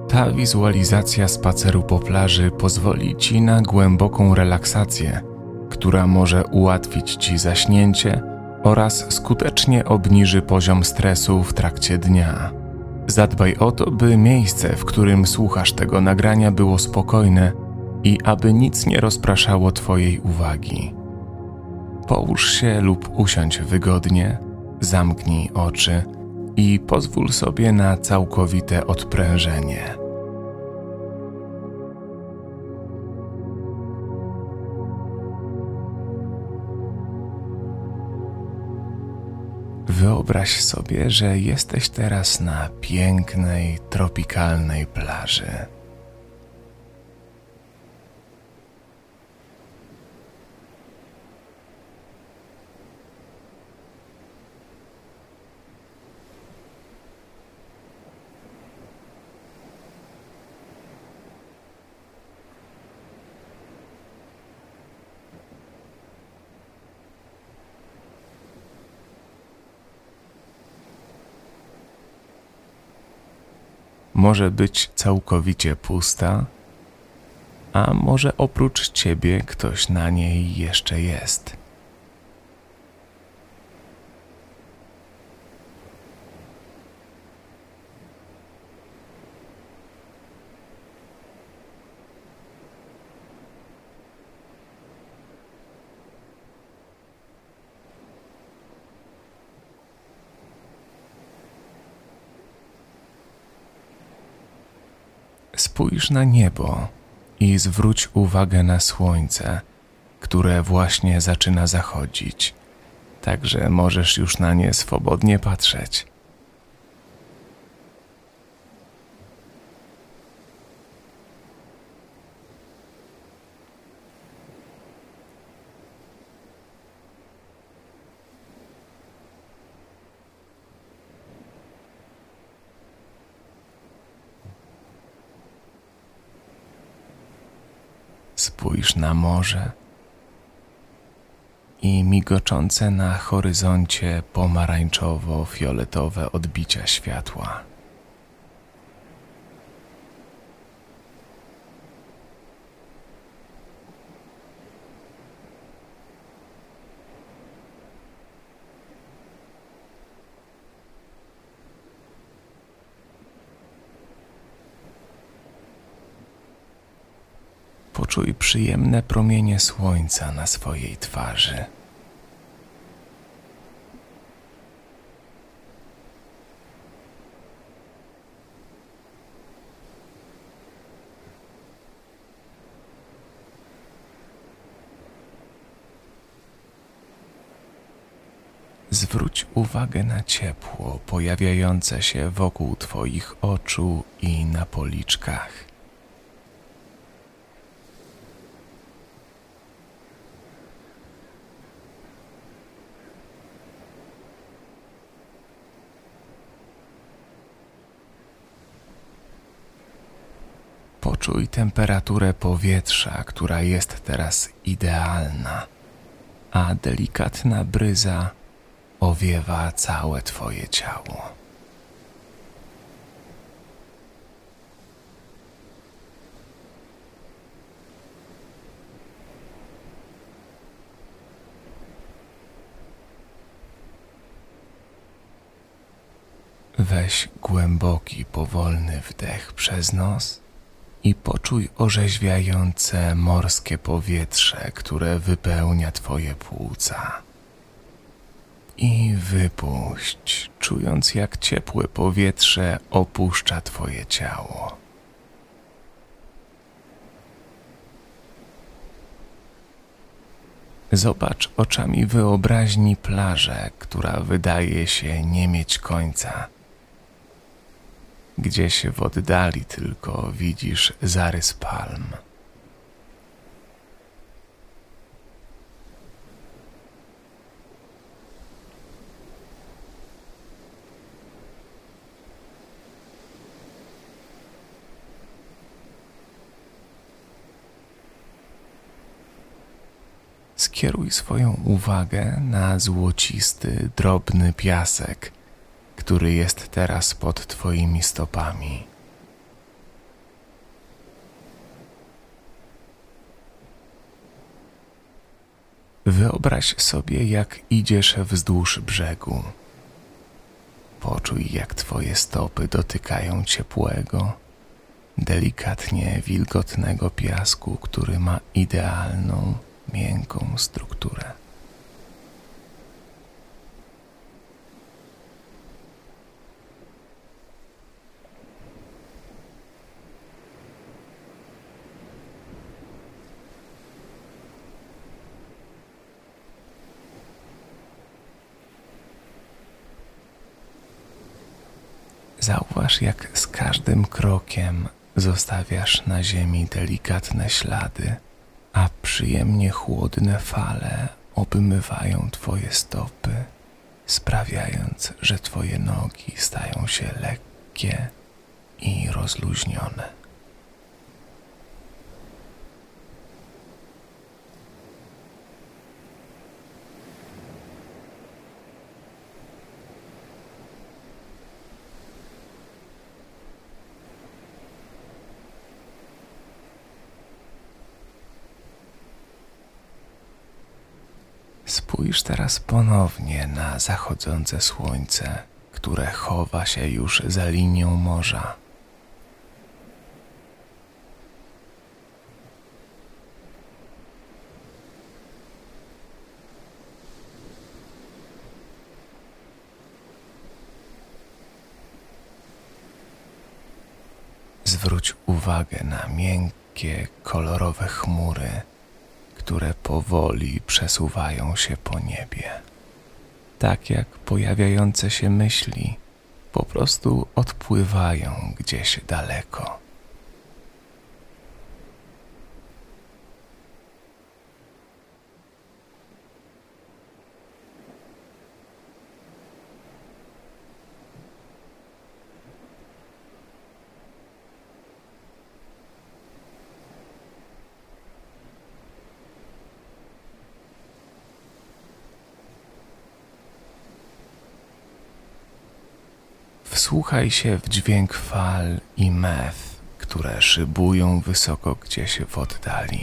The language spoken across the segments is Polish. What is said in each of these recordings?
Ta wizualizacja spaceru po plaży pozwoli Ci na głęboką relaksację, która może ułatwić Ci zaśnięcie oraz skutecznie obniży poziom stresu w trakcie dnia. Zadbaj o to, by miejsce, w którym słuchasz tego nagrania, było spokojne i aby nic nie rozpraszało Twojej uwagi. Połóż się lub usiądź wygodnie, zamknij oczy i pozwól sobie na całkowite odprężenie. Wyobraź sobie, że jesteś teraz na pięknej, tropikalnej plaży. Może być całkowicie pusta, a może oprócz Ciebie ktoś na niej jeszcze jest. Spójrz na niebo i zwróć uwagę na słońce, które właśnie zaczyna zachodzić, także możesz już na nie swobodnie patrzeć. Spójrz na morze i migoczące na horyzoncie pomarańczowo-fioletowe odbicia światła. Poczuj przyjemne promienie słońca na swojej twarzy. Zwróć uwagę na ciepło pojawiające się wokół Twoich oczu i na policzkach. Poczuj temperaturę powietrza, która jest teraz idealna, a delikatna bryza owiewa całe Twoje ciało. Weź głęboki, powolny wdech przez nos i poczuj orzeźwiające morskie powietrze, które wypełnia Twoje płuca. I wypuść, czując jak ciepłe powietrze opuszcza Twoje ciało. Zobacz oczami wyobraźni plażę, która wydaje się nie mieć końca. Gdzieś w oddali tylko widzisz zarys palm. Skieruj swoją uwagę na złocisty, drobny piasek, który jest teraz pod Twoimi stopami. Wyobraź sobie, jak idziesz wzdłuż brzegu. Poczuj, jak twoje stopy dotykają ciepłego, delikatnie wilgotnego piasku, który ma idealną, miękką strukturę. Zauważ, jak z każdym krokiem zostawiasz na ziemi delikatne ślady, a przyjemnie chłodne fale obmywają twoje stopy, sprawiając, że twoje nogi stają się lekkie i rozluźnione. Spójrz teraz ponownie na zachodzące słońce, które chowa się już za linią morza. Zwróć uwagę na miękkie, kolorowe chmury, które powoli przesuwają się po niebie. Tak jak pojawiające się myśli, po prostu odpływają gdzieś daleko. Wsłuchaj się w dźwięk fal i mew, które szybują wysoko gdzieś w oddali.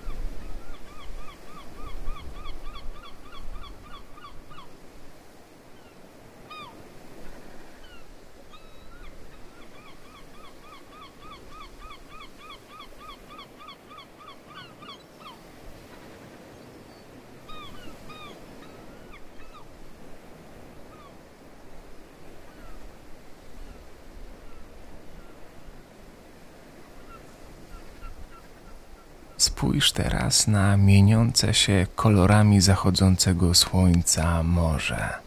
Spójrz teraz na mieniące się kolorami zachodzącego słońca morze.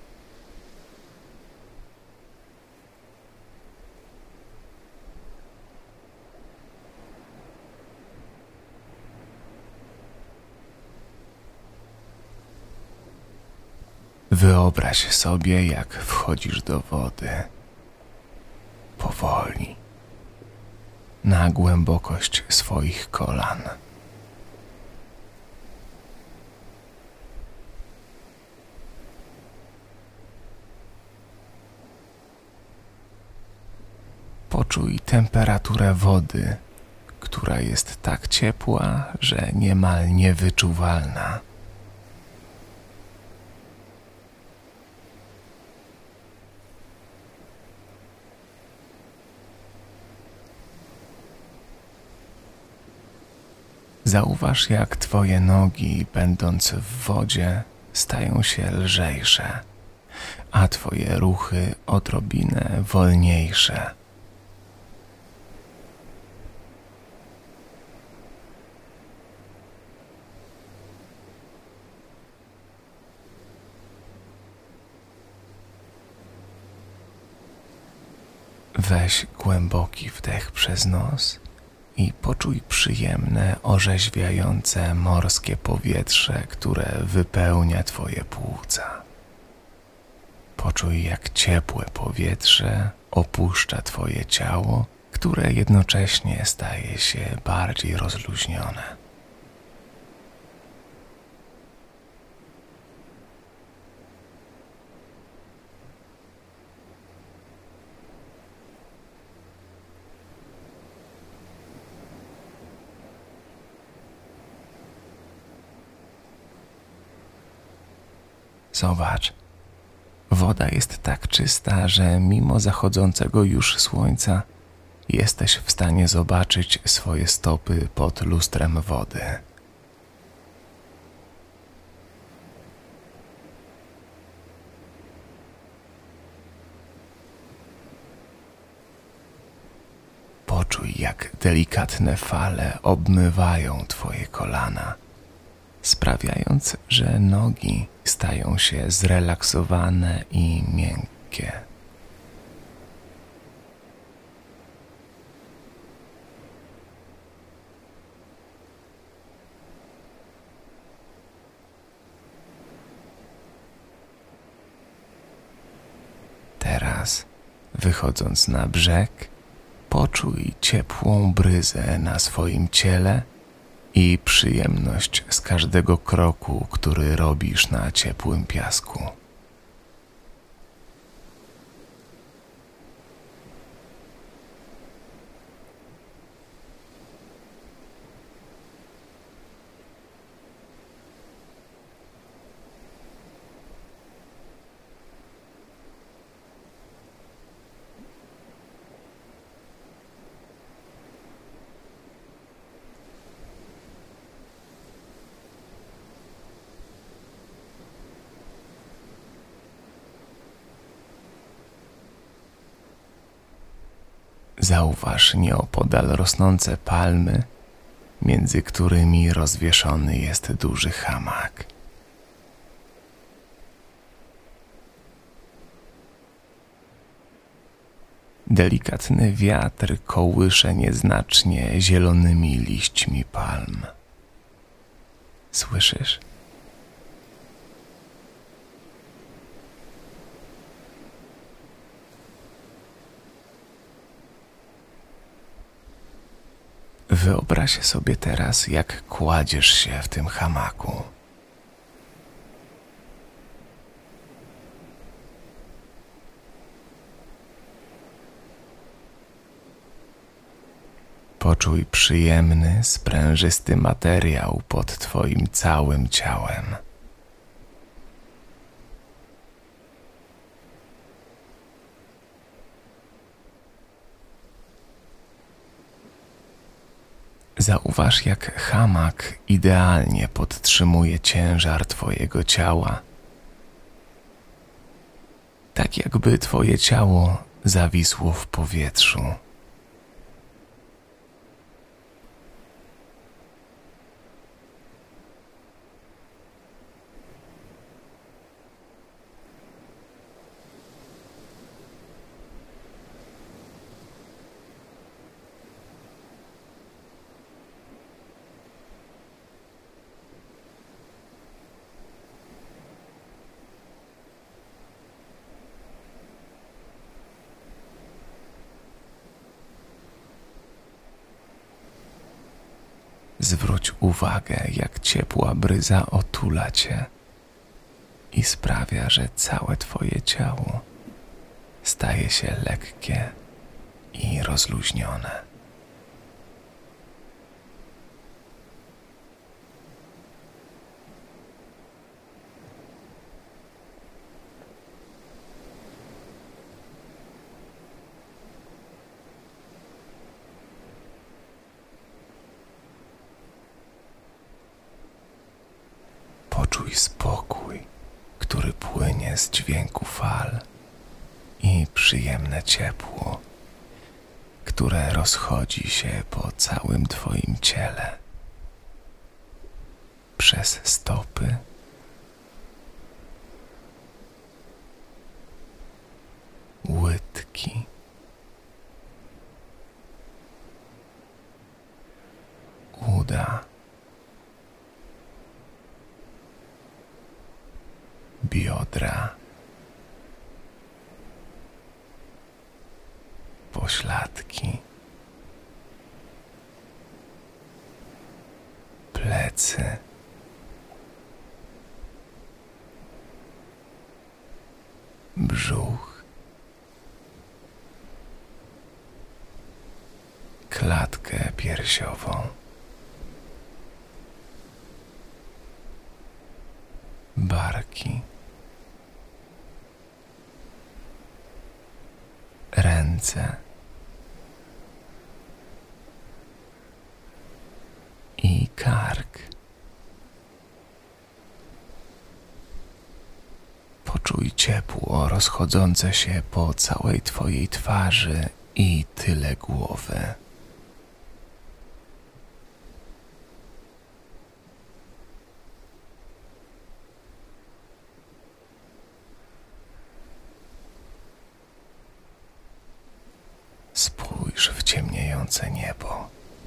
Wyobraź sobie, jak wchodzisz do wody. Powoli. Na głębokość swoich kolan. Poczuj temperaturę wody, która jest tak ciepła, że niemal niewyczuwalna. Zauważ, jak twoje nogi, będąc w wodzie, stają się lżejsze, a twoje ruchy odrobinę wolniejsze. Weź głęboki wdech przez nos i poczuj przyjemne, orzeźwiające morskie powietrze, które wypełnia twoje płuca. Poczuj, jak ciepłe powietrze opuszcza twoje ciało, które jednocześnie staje się bardziej rozluźnione. Zobacz, woda jest tak czysta, że mimo zachodzącego już słońca jesteś w stanie zobaczyć swoje stopy pod lustrem wody. Poczuj, jak delikatne fale obmywają twoje kolana, sprawiając, że nogi stają się zrelaksowane i miękkie. Teraz, wychodząc na brzeg, poczuj ciepłą bryzę na swoim ciele i przyjemność z każdego kroku, który robisz na ciepłym piasku. Zauważ nieopodal rosnące palmy, między którymi rozwieszony jest duży hamak. Delikatny wiatr kołysze nieznacznie zielonymi liśćmi palm. Słyszysz? Wyobraź sobie teraz, jak kładziesz się w tym hamaku. Poczuj przyjemny, sprężysty materiał pod twoim całym ciałem. Zauważ, jak hamak idealnie podtrzymuje ciężar twojego ciała, tak jakby twoje ciało zawisło w powietrzu. Zwróć uwagę, jak ciepła bryza otula cię i sprawia, że całe twoje ciało staje się lekkie i rozluźnione. Poczuj spokój, który płynie z dźwięku fal i przyjemne ciepło, które rozchodzi się po całym twoim ciele, przez stopy, łydki, uda, biodra, pośladki, plecy, brzuch, klatkę piersiową, barki, ręce i kark. Poczuj ciepło rozchodzące się po całej twojej twarzy i tyle głowy. Spójrz w ciemniejące niebo.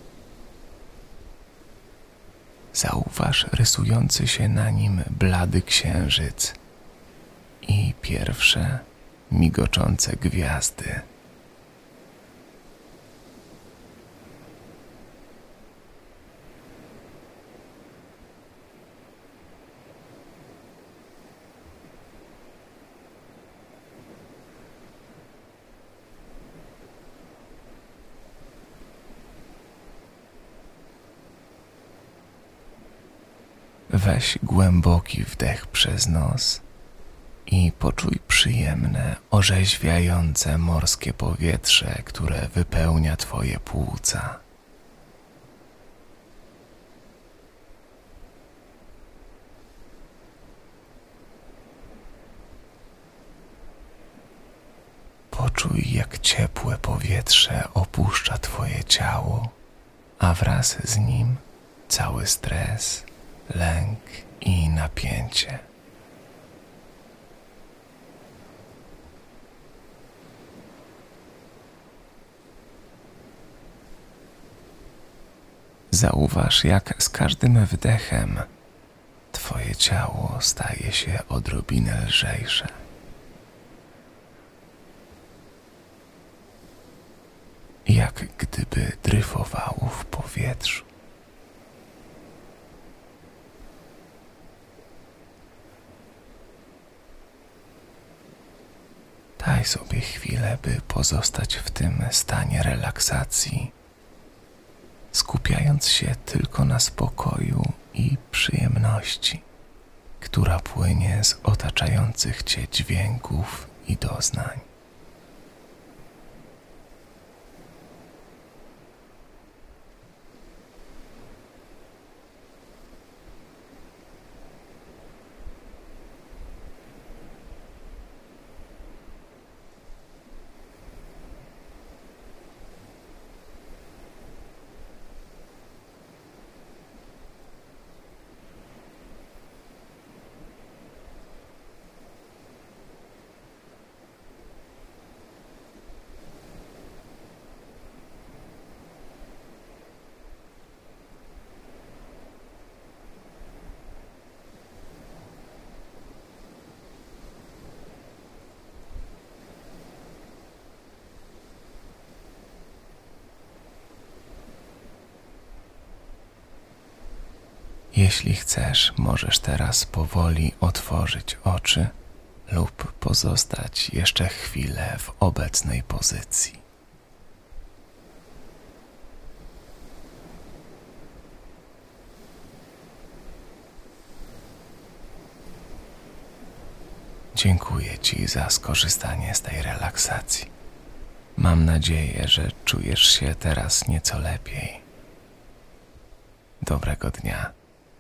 Zauważ rysujący się na nim blady księżyc i pierwsze migoczące gwiazdy. Weź głęboki wdech przez nos i poczuj przyjemne, orzeźwiające morskie powietrze, które wypełnia twoje płuca. Poczuj, jak ciepłe powietrze opuszcza twoje ciało, a wraz z nim cały stres, lęk i napięcie. Zauważ, jak z każdym wdechem twoje ciało staje się odrobinę lżejsze. Jak gdyby dryfowało w powietrzu. Daj sobie chwilę, by pozostać w tym stanie relaksacji, skupiając się tylko na spokoju i przyjemności, która płynie z otaczających cię dźwięków i doznań. Jeśli chcesz, możesz teraz powoli otworzyć oczy lub pozostać jeszcze chwilę w obecnej pozycji. Dziękuję Ci za skorzystanie z tej relaksacji. Mam nadzieję, że czujesz się teraz nieco lepiej. Dobrego dnia.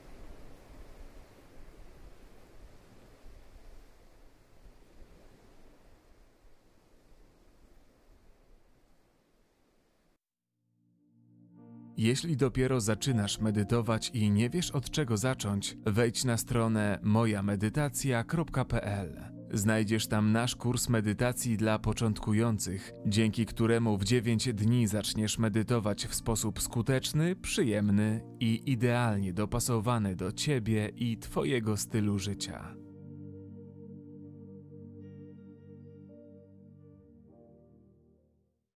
Jeśli dopiero zaczynasz medytować i nie wiesz od czego zacząć, wejdź na stronę mojamedytacja.pl. Znajdziesz tam nasz kurs medytacji dla początkujących, dzięki któremu w 9 dni zaczniesz medytować w sposób skuteczny, przyjemny i idealnie dopasowany do Ciebie i Twojego stylu życia.